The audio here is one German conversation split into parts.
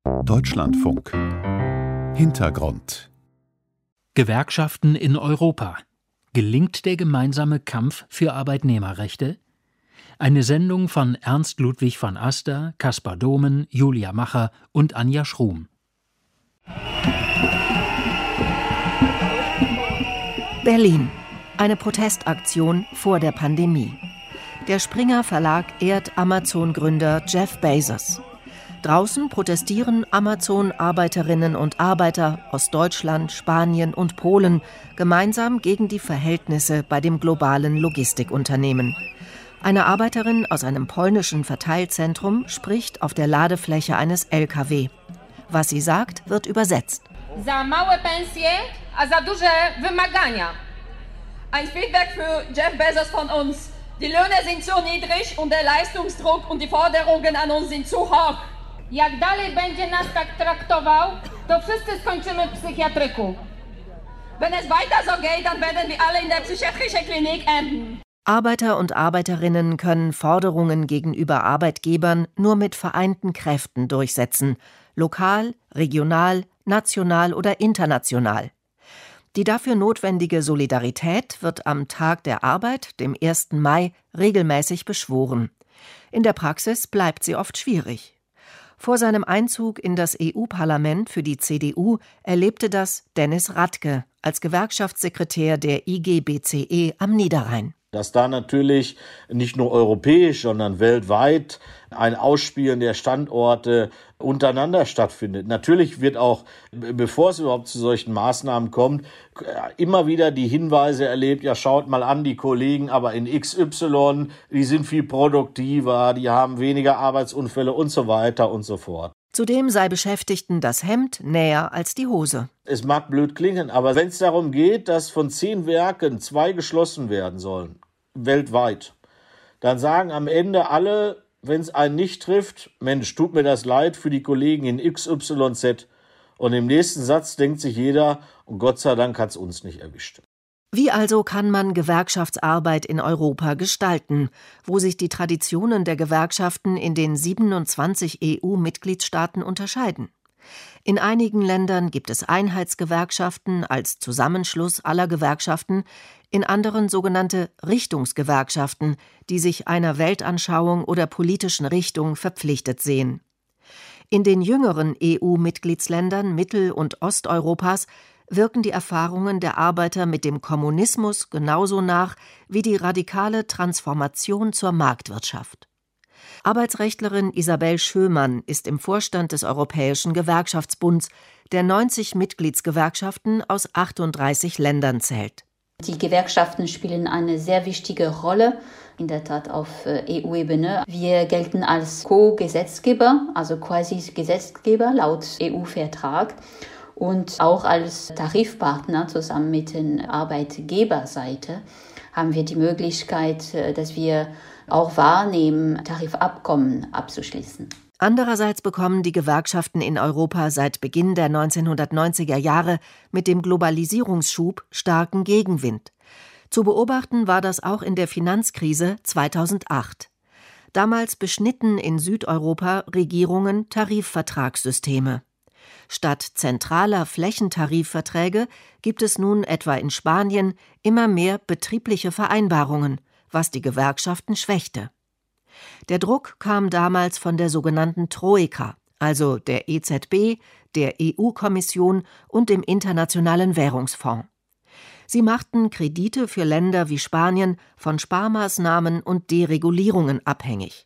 Deutschlandfunk. Hintergrund. Gewerkschaften in Europa. Gelingt der gemeinsame Kampf für Arbeitnehmerrechte? Eine Sendung von Ernst Ludwig von Aster, Caspar Domen, Julia Macher und Anja Schrum. Berlin. Eine Protestaktion vor der Pandemie. Der Springer Verlag ehrt Amazon-Gründer Jeff Bezos. Draußen protestieren Amazon-Arbeiterinnen und Arbeiter aus Deutschland, Spanien und Polen gemeinsam gegen die Verhältnisse bei dem globalen Logistikunternehmen. Eine Arbeiterin aus einem polnischen Verteilzentrum spricht auf der Ladefläche eines LKW. Was sie sagt, wird übersetzt. Za małe pensje, a za duże wymagania. Ein Feedback für Jeff Bezos von uns. Die Löhne sind zu niedrig und der Leistungsdruck und die Forderungen an uns sind zu hoch. Jak dalej będzie nas tak traktował, to wszyscy skończymy w psychiatryku. Wenn es weiter so geht, dann werden wir alle in der psychiatrischen Klinik enden. Arbeiter und Arbeiterinnen können Forderungen gegenüber Arbeitgebern nur mit vereinten Kräften durchsetzen. Lokal, regional, national oder international. Die dafür notwendige Solidarität wird am Tag der Arbeit, dem 1. Mai, regelmäßig beschworen. In der Praxis bleibt sie oft schwierig. Vor seinem Einzug in das EU-Parlament für die CDU erlebte das Dennis Radke als Gewerkschaftssekretär der IG BCE am Niederrhein. Dass da natürlich nicht nur europäisch, sondern weltweit ein Ausspielen der Standorte untereinander stattfindet. Natürlich wird auch, bevor es überhaupt zu solchen Maßnahmen kommt, immer wieder die Hinweise erlebt, ja schaut mal an, die Kollegen aber in XY, die sind viel produktiver, die haben weniger Arbeitsunfälle und so weiter und so fort. Zudem sei Beschäftigten das Hemd näher als die Hose. Es mag blöd klingen, aber wenn es darum geht, dass von 10 Werken 2 geschlossen werden sollen, weltweit, dann sagen am Ende alle, wenn es einen nicht trifft, Mensch, tut mir das leid für die Kollegen in XYZ. Und im nächsten Satz denkt sich jeder, und Gott sei Dank hat es uns nicht erwischt. Wie also kann man Gewerkschaftsarbeit in Europa gestalten, wo sich die Traditionen der Gewerkschaften in den 27 EU-Mitgliedstaaten unterscheiden? In einigen Ländern gibt es Einheitsgewerkschaften als Zusammenschluss aller Gewerkschaften, in anderen sogenannte Richtungsgewerkschaften, die sich einer Weltanschauung oder politischen Richtung verpflichtet sehen. In den jüngeren EU-Mitgliedsländern Mittel- und Osteuropas wirken die Erfahrungen der Arbeiter mit dem Kommunismus genauso nach wie die radikale Transformation zur Marktwirtschaft. Arbeitsrechtlerin Isabel Schömann ist im Vorstand des Europäischen Gewerkschaftsbunds, der 90 Mitgliedsgewerkschaften aus 38 Ländern zählt. Die Gewerkschaften spielen eine sehr wichtige Rolle, in der Tat auf EU-Ebene. Wir gelten als Co-Gesetzgeber, also quasi Gesetzgeber laut EU-Vertrag. Und auch als Tarifpartner zusammen mit der Arbeitgeberseite haben wir die Möglichkeit, dass wir auch wahrnehmen, Tarifabkommen abzuschließen. Andererseits bekommen die Gewerkschaften in Europa seit Beginn der 1990er Jahre mit dem Globalisierungsschub starken Gegenwind. Zu beobachten war das auch in der Finanzkrise 2008. Damals beschnitten in Südeuropa Regierungen Tarifvertragssysteme. Statt zentraler Flächentarifverträge gibt es nun etwa in Spanien immer mehr betriebliche Vereinbarungen, was die Gewerkschaften schwächte. Der Druck kam damals von der sogenannten Troika, also der EZB, der EU-Kommission und dem Internationalen Währungsfonds. Sie machten Kredite für Länder wie Spanien von Sparmaßnahmen und Deregulierungen abhängig.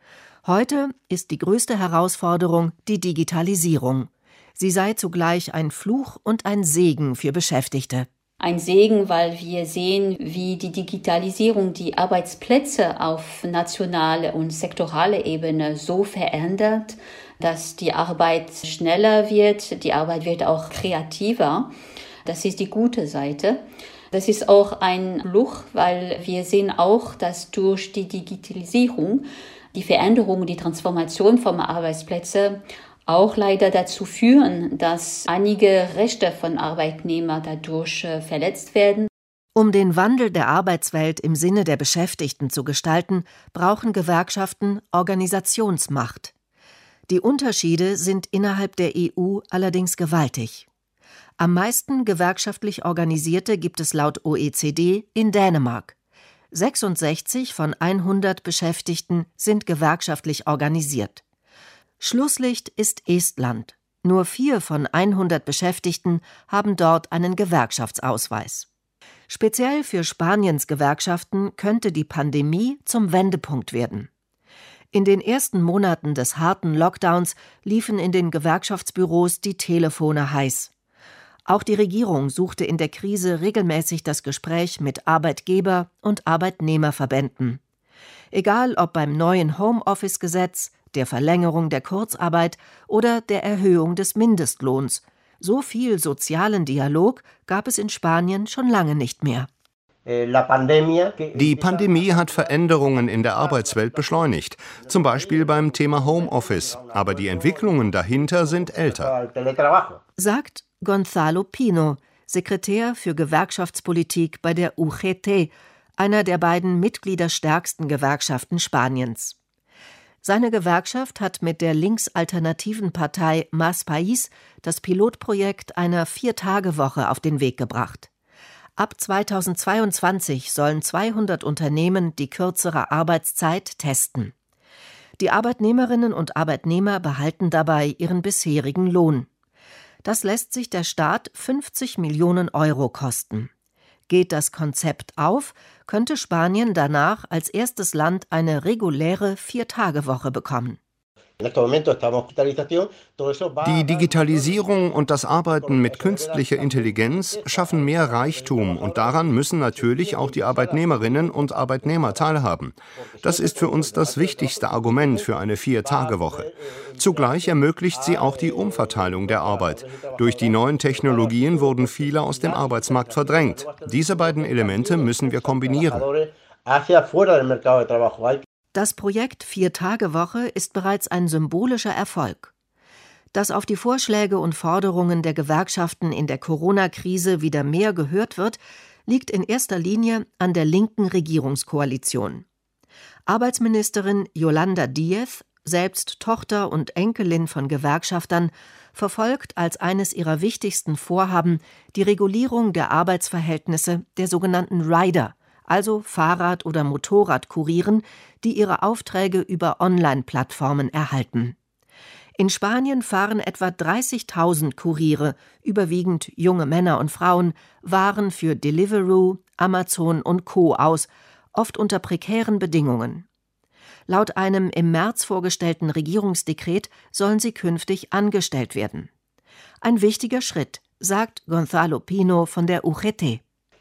Heute ist die größte Herausforderung die Digitalisierung. Sie sei zugleich ein Fluch und ein Segen für Beschäftigte. Ein Segen, weil wir sehen, wie die Digitalisierung die Arbeitsplätze auf nationaler und sektoraler Ebene so verändert, dass die Arbeit schneller wird, die Arbeit wird auch kreativer. Das ist die gute Seite. Das ist auch ein Fluch, weil wir sehen auch, dass durch die Digitalisierung die Veränderung, die Transformation von Arbeitsplätzen auch leider dazu führen, dass einige Rechte von Arbeitnehmern dadurch verletzt werden. Um den Wandel der Arbeitswelt im Sinne der Beschäftigten zu gestalten, brauchen Gewerkschaften Organisationsmacht. Die Unterschiede sind innerhalb der EU allerdings gewaltig. Am meisten gewerkschaftlich Organisierte gibt es laut OECD in Dänemark. 66 von 100 Beschäftigten sind gewerkschaftlich organisiert. Schlusslicht ist Estland. Nur 4 von 100 Beschäftigten haben dort einen Gewerkschaftsausweis. Speziell für Spaniens Gewerkschaften könnte die Pandemie zum Wendepunkt werden. In den ersten Monaten des harten Lockdowns liefen in den Gewerkschaftsbüros die Telefone heiß. Auch die Regierung suchte in der Krise regelmäßig das Gespräch mit Arbeitgeber- und Arbeitnehmerverbänden. Egal ob beim neuen Homeoffice-Gesetz, der Verlängerung der Kurzarbeit oder der Erhöhung des Mindestlohns, so viel sozialen Dialog gab es in Spanien schon lange nicht mehr. Die Pandemie hat Veränderungen in der Arbeitswelt beschleunigt, zum Beispiel beim Thema Homeoffice. Aber die Entwicklungen dahinter sind älter. Sagt Gonzalo Pino, Sekretär für Gewerkschaftspolitik bei der UGT, einer der beiden mitgliederstärksten Gewerkschaften Spaniens. Seine Gewerkschaft hat mit der linksalternativen Partei Más País das Pilotprojekt einer 4-Tage-Woche auf den Weg gebracht. Ab 2022 sollen 200 Unternehmen die kürzere Arbeitszeit testen. Die Arbeitnehmerinnen und Arbeitnehmer behalten dabei ihren bisherigen Lohn. Das lässt sich der Staat 50 Millionen Euro kosten. Geht das Konzept auf, könnte Spanien danach als erstes Land eine reguläre 4-Tage-Woche bekommen. Die Digitalisierung und das Arbeiten mit künstlicher Intelligenz schaffen mehr Reichtum und daran müssen natürlich auch die Arbeitnehmerinnen und Arbeitnehmer teilhaben. Das ist für uns das wichtigste Argument für eine 4-Tage-Woche. Zugleich ermöglicht sie auch die Umverteilung der Arbeit. Durch die neuen Technologien wurden viele aus dem Arbeitsmarkt verdrängt. Diese beiden Elemente müssen wir kombinieren. Das Projekt 4-Tage-Woche ist bereits ein symbolischer Erfolg. Dass auf die Vorschläge und Forderungen der Gewerkschaften in der Corona-Krise wieder mehr gehört wird, liegt in erster Linie an der linken Regierungskoalition. Arbeitsministerin Yolanda Díaz, selbst Tochter und Enkelin von Gewerkschaftern, verfolgt als eines ihrer wichtigsten Vorhaben die Regulierung der Arbeitsverhältnisse der sogenannten Rider, also Fahrrad- oder Motorradkurieren, die ihre Aufträge über Online-Plattformen erhalten. In Spanien fahren etwa 30.000 Kuriere, überwiegend junge Männer und Frauen, Waren für Deliveroo, Amazon und Co. aus, oft unter prekären Bedingungen. Laut einem im März vorgestellten Regierungsdekret sollen sie künftig angestellt werden. Ein wichtiger Schritt, sagt Gonzalo Pino von der UGT.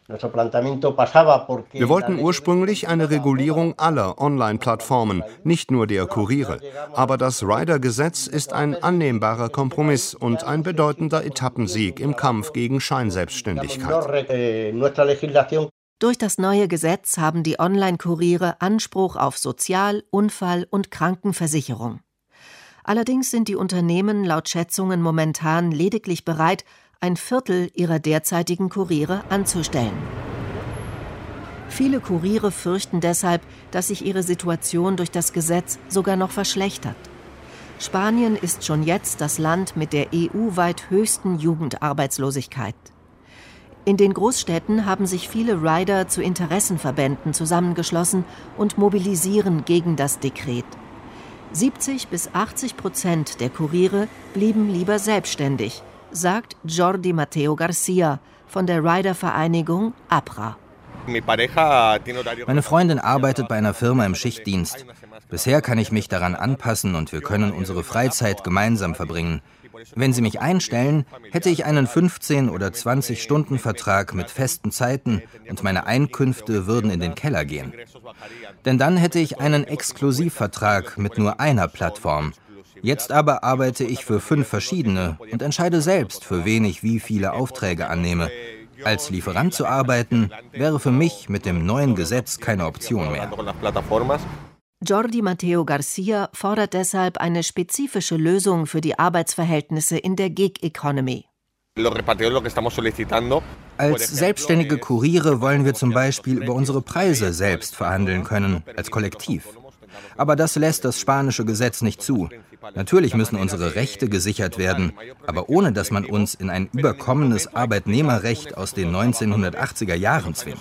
Wir wollten ursprünglich eine Regulierung aller Online-Plattformen, nicht nur der Kuriere. Aber das Rider-Gesetz ist ein annehmbarer Kompromiss und ein bedeutender Etappensieg im Kampf gegen Scheinselbstständigkeit. Durch das neue Gesetz haben die Online-Kuriere Anspruch auf Sozial-, Unfall- und Krankenversicherung. Allerdings sind die Unternehmen laut Schätzungen momentan lediglich bereit, 1/4 ihrer derzeitigen Kuriere anzustellen. Viele Kuriere fürchten deshalb, dass sich ihre Situation durch das Gesetz sogar noch verschlechtert. Spanien ist schon jetzt das Land mit der EU-weit höchsten Jugendarbeitslosigkeit. In den Großstädten haben sich viele Rider zu Interessenverbänden zusammengeschlossen und mobilisieren gegen das Dekret. 70-80% der Kuriere blieben lieber selbstständig, sagt Jordi Mateo Garcia von der Rider-Vereinigung APRA. Meine Freundin arbeitet bei einer Firma im Schichtdienst. Bisher kann ich mich daran anpassen und wir können unsere Freizeit gemeinsam verbringen. Wenn sie mich einstellen, hätte ich einen 15- oder 20-Stunden-Vertrag mit festen Zeiten und meine Einkünfte würden in den Keller gehen. Denn dann hätte ich einen Exklusivvertrag mit nur einer Plattform. Jetzt aber arbeite ich für 5 verschiedene und entscheide selbst, für wen ich wie viele Aufträge annehme. Als Lieferant zu arbeiten, wäre für mich mit dem neuen Gesetz keine Option mehr. Jordi Mateo Garcia fordert deshalb eine spezifische Lösung für die Arbeitsverhältnisse in der Gig-Economy. Als selbstständige Kuriere wollen wir zum Beispiel über unsere Preise selbst verhandeln können, als Kollektiv. Aber das lässt das spanische Gesetz nicht zu. Natürlich müssen unsere Rechte gesichert werden, aber ohne dass man uns in ein überkommenes Arbeitnehmerrecht aus den 1980er Jahren zwingt.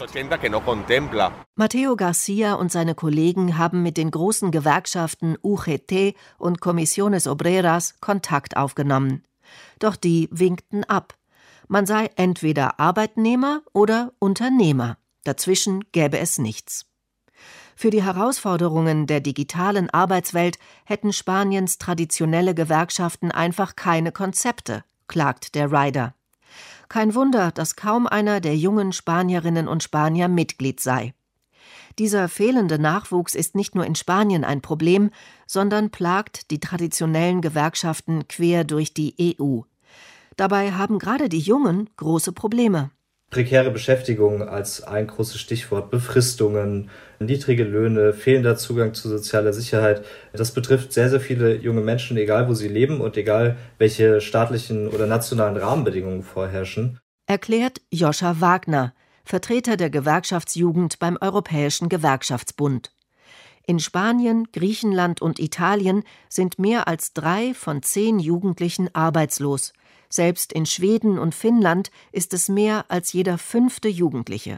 Mateo Garcia und seine Kollegen haben mit den großen Gewerkschaften UGT und Comisiones Obreras Kontakt aufgenommen. Doch die winkten ab. Man sei entweder Arbeitnehmer oder Unternehmer. Dazwischen gäbe es nichts. Für die Herausforderungen der digitalen Arbeitswelt hätten Spaniens traditionelle Gewerkschaften einfach keine Konzepte, klagt der Rider. Kein Wunder, dass kaum einer der jungen Spanierinnen und Spanier Mitglied sei. Dieser fehlende Nachwuchs ist nicht nur in Spanien ein Problem, sondern plagt die traditionellen Gewerkschaften quer durch die EU. Dabei haben gerade die Jungen große Probleme. Prekäre Beschäftigung als ein großes Stichwort, Befristungen, niedrige Löhne, fehlender Zugang zu sozialer Sicherheit. Das betrifft sehr, sehr viele junge Menschen, egal wo sie leben und egal welche staatlichen oder nationalen Rahmenbedingungen vorherrschen. Erklärt Joscha Wagner, Vertreter der Gewerkschaftsjugend beim Europäischen Gewerkschaftsbund. In Spanien, Griechenland und Italien sind mehr als 3 von 10 Jugendlichen arbeitslos. Selbst in Schweden und Finnland ist es mehr als jeder 5. Jugendliche.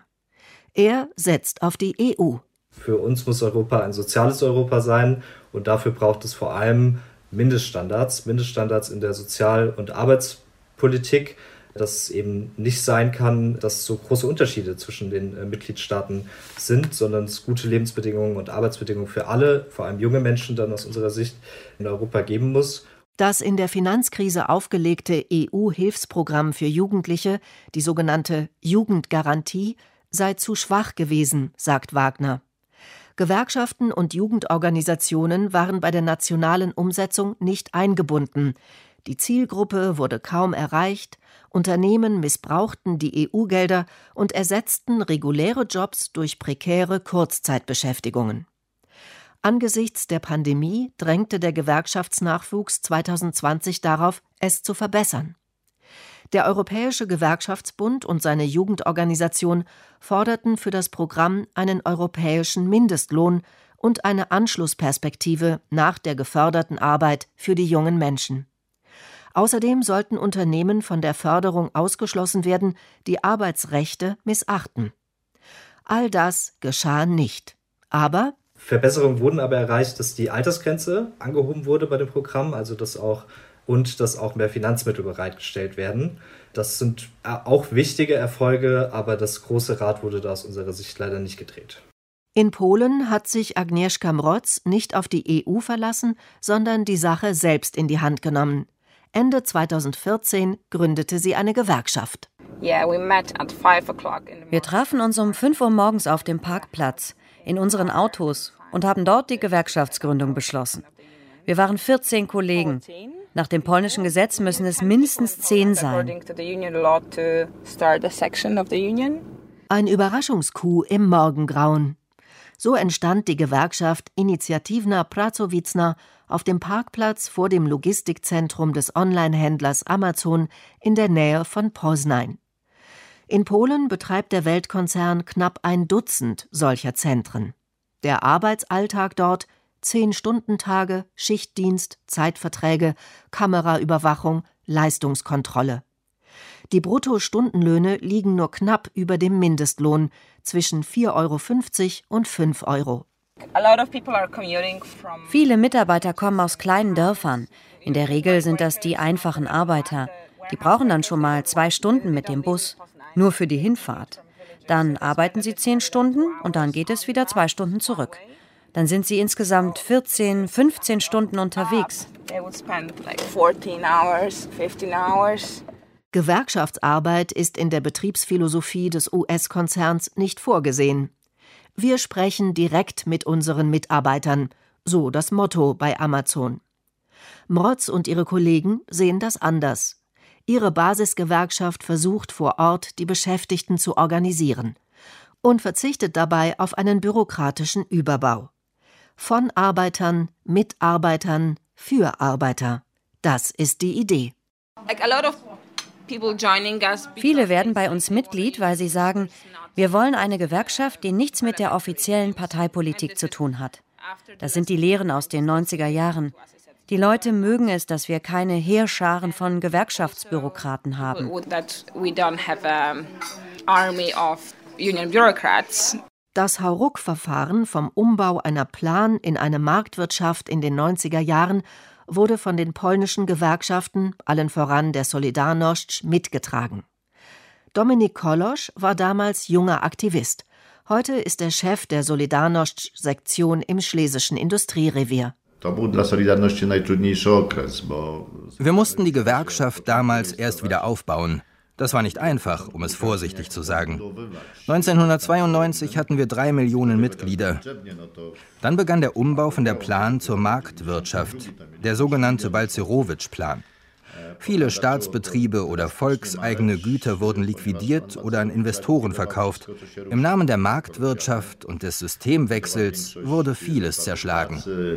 Er setzt auf die EU. Für uns muss Europa ein soziales Europa sein und dafür braucht es vor allem Mindeststandards in der Sozial- und Arbeitspolitik, dass es eben nicht sein kann, dass so große Unterschiede zwischen den Mitgliedstaaten sind, sondern es gute Lebensbedingungen und Arbeitsbedingungen für alle, vor allem junge Menschen dann aus unserer Sicht in Europa geben muss. Das in der Finanzkrise aufgelegte EU-Hilfsprogramm für Jugendliche, die sogenannte Jugendgarantie, sei zu schwach gewesen, sagt Wagner. Gewerkschaften und Jugendorganisationen waren bei der nationalen Umsetzung nicht eingebunden. Die Zielgruppe wurde kaum erreicht, Unternehmen missbrauchten die EU-Gelder und ersetzten reguläre Jobs durch prekäre Kurzzeitbeschäftigungen. Angesichts der Pandemie drängte der Gewerkschaftsnachwuchs 2020 darauf, es zu verbessern. Der Europäische Gewerkschaftsbund und seine Jugendorganisation forderten für das Programm einen europäischen Mindestlohn und eine Anschlussperspektive nach der geförderten Arbeit für die jungen Menschen. Außerdem sollten Unternehmen von der Förderung ausgeschlossen werden, die Arbeitsrechte missachten. All das geschah nicht. Aber Verbesserungen wurden aber erreicht, dass die Altersgrenze angehoben wurde bei dem Programm, also dass auch mehr Finanzmittel bereitgestellt werden. Das sind auch wichtige Erfolge, aber das große Rad wurde da aus unserer Sicht leider nicht gedreht. In Polen hat sich Agnieszka Mroz nicht auf die EU verlassen, sondern die Sache selbst in die Hand genommen. Ende 2014 gründete sie eine Gewerkschaft. Wir trafen uns um 5 Uhr morgens auf dem Parkplatz in unseren Autos und haben dort die Gewerkschaftsgründung beschlossen. Wir waren 14 Kollegen. Nach dem polnischen Gesetz müssen es mindestens 10 sein. Ein Überraschungscoup im Morgengrauen. So entstand die Gewerkschaft Inicjatywna Pracowicna auf dem Parkplatz vor dem Logistikzentrum des Onlinehändlers Amazon in der Nähe von Poznań. In Polen betreibt der Weltkonzern knapp 1 Dutzend solcher Zentren. Der Arbeitsalltag dort: 10-Stunden-Tage, Schichtdienst, Zeitverträge, Kameraüberwachung, Leistungskontrolle. Die Bruttostundenlöhne liegen nur knapp über dem Mindestlohn, zwischen 4,50 € und 5 €. Viele Mitarbeiter kommen aus kleinen Dörfern. In der Regel sind das die einfachen Arbeiter. Die brauchen dann schon mal 2 Stunden mit dem Bus, nur für die Hinfahrt. Dann arbeiten sie 10 Stunden und dann geht es wieder 2 Stunden zurück. Dann sind sie insgesamt 14, 15 Stunden unterwegs. Gewerkschaftsarbeit ist in der Betriebsphilosophie des US-Konzerns nicht vorgesehen. Wir sprechen direkt mit unseren Mitarbeitern, so das Motto bei Amazon. Mroz und ihre Kollegen sehen das anders. Ihre Basisgewerkschaft versucht vor Ort, die Beschäftigten zu organisieren und verzichtet dabei auf einen bürokratischen Überbau. Von Arbeitern, mit Arbeitern, für Arbeiter. Das ist die Idee. Viele werden bei uns Mitglied, weil sie sagen, wir wollen eine Gewerkschaft, die nichts mit der offiziellen Parteipolitik zu tun hat. Das sind die Lehren aus den 90er Jahren. Die Leute mögen es, dass wir keine Heerscharen von Gewerkschaftsbürokraten haben. Das Hauruck-Verfahren vom Umbau einer Plan in eine Marktwirtschaft in den 90er Jahren wurde von den polnischen Gewerkschaften, allen voran der Solidarność, mitgetragen. Dominik Kolosz war damals junger Aktivist. Heute ist er Chef der Solidarność-Sektion im Schlesischen Industrierevier. Wir mussten die Gewerkschaft damals erst wieder aufbauen. Das war nicht einfach, um es vorsichtig zu sagen. 1992 hatten wir 3 Millionen Mitglieder. Dann begann der Umbau von der Plan zur Marktwirtschaft, der sogenannte Balcerowicz-Plan. Viele Staatsbetriebe oder volkseigene Güter wurden liquidiert oder an Investoren verkauft. Im Namen der Marktwirtschaft und des Systemwechsels wurde vieles zerschlagen.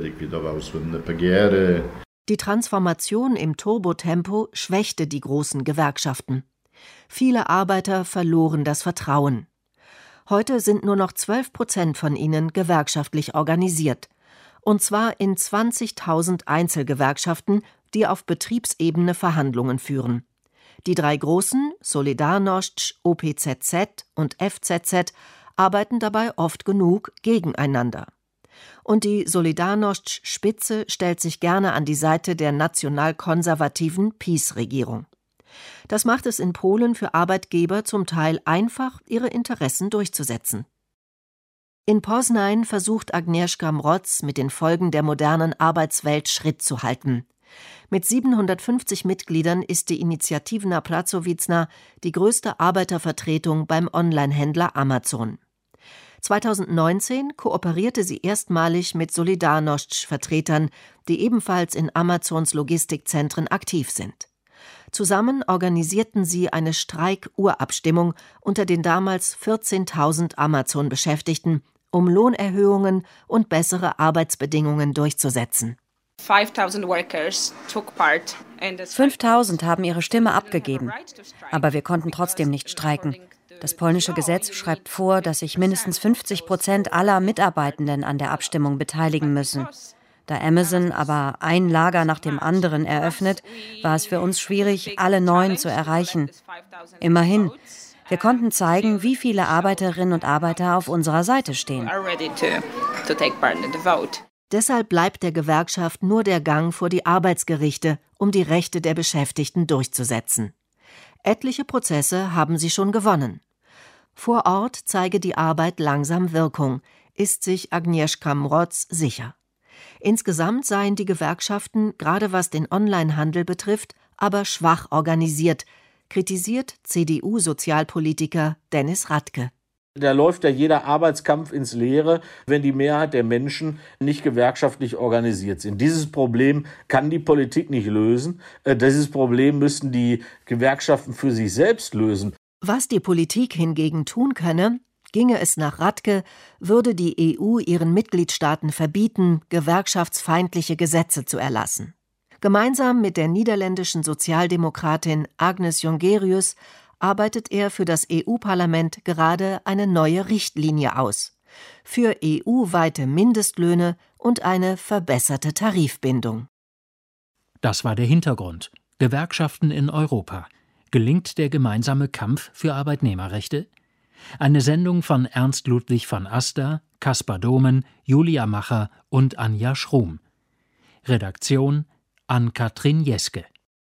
Die Transformation im Turbotempo schwächte die großen Gewerkschaften. Viele Arbeiter verloren das Vertrauen. Heute sind nur noch 12% von ihnen gewerkschaftlich organisiert. Und zwar in 20.000 Einzelgewerkschaften, die auf Betriebsebene Verhandlungen führen. Die 3 großen, Solidarność, OPZZ und FZZ, arbeiten dabei oft genug gegeneinander. Und die Solidarność-Spitze stellt sich gerne an die Seite der nationalkonservativen PiS-Regierung. Das macht es in Polen für Arbeitgeber zum Teil einfach, ihre Interessen durchzusetzen. In Poznań versucht Agnieszka Mroz mit den Folgen der modernen Arbeitswelt Schritt zu halten. Mit 750 Mitgliedern ist die Inicjatywna Pracowicna die größte Arbeitervertretung beim Onlinehändler Amazon. 2019 kooperierte sie erstmalig mit Solidarność-Vertretern, die ebenfalls in Amazons Logistikzentren aktiv sind. Zusammen organisierten sie eine Streik-Urabstimmung unter den damals 14.000 Amazon-Beschäftigten, um Lohnerhöhungen und bessere Arbeitsbedingungen durchzusetzen. 5.000 haben ihre Stimme abgegeben, aber wir konnten trotzdem nicht streiken. Das polnische Gesetz schreibt vor, dass sich mindestens 50% aller Mitarbeitenden an der Abstimmung beteiligen müssen. Da Amazon aber ein Lager nach dem anderen eröffnet, war es für uns schwierig, alle 9 zu erreichen. Immerhin, wir konnten zeigen, wie viele Arbeiterinnen und Arbeiter auf unserer Seite stehen. Deshalb bleibt der Gewerkschaft nur der Gang vor die Arbeitsgerichte, um die Rechte der Beschäftigten durchzusetzen. Etliche Prozesse haben sie schon gewonnen. Vor Ort zeige die Arbeit langsam Wirkung, ist sich Agnieszka Mroz sicher. Insgesamt seien die Gewerkschaften, gerade was den Onlinehandel betrifft, aber schwach organisiert, kritisiert CDU-Sozialpolitiker Dennis Radke. Da läuft ja jeder Arbeitskampf ins Leere, wenn die Mehrheit der Menschen nicht gewerkschaftlich organisiert sind. Dieses Problem kann die Politik nicht lösen. Dieses Problem müssen die Gewerkschaften für sich selbst lösen. Was die Politik hingegen tun könne, ginge es nach Radke, würde die EU ihren Mitgliedstaaten verbieten, gewerkschaftsfeindliche Gesetze zu erlassen. Gemeinsam mit der niederländischen Sozialdemokratin Agnes Jongerius arbeitet er für das EU-Parlament gerade eine neue Richtlinie aus. Für EU-weite Mindestlöhne und eine verbesserte Tarifbindung. Das war der Hintergrund. Gewerkschaften in Europa. Gelingt der gemeinsame Kampf für Arbeitnehmerrechte? Eine Sendung von Ernst Ludwig von Aster, Kaspar Domen, Julia Macher und Anja Schrum. Redaktion Ann-Kathrin Jeske.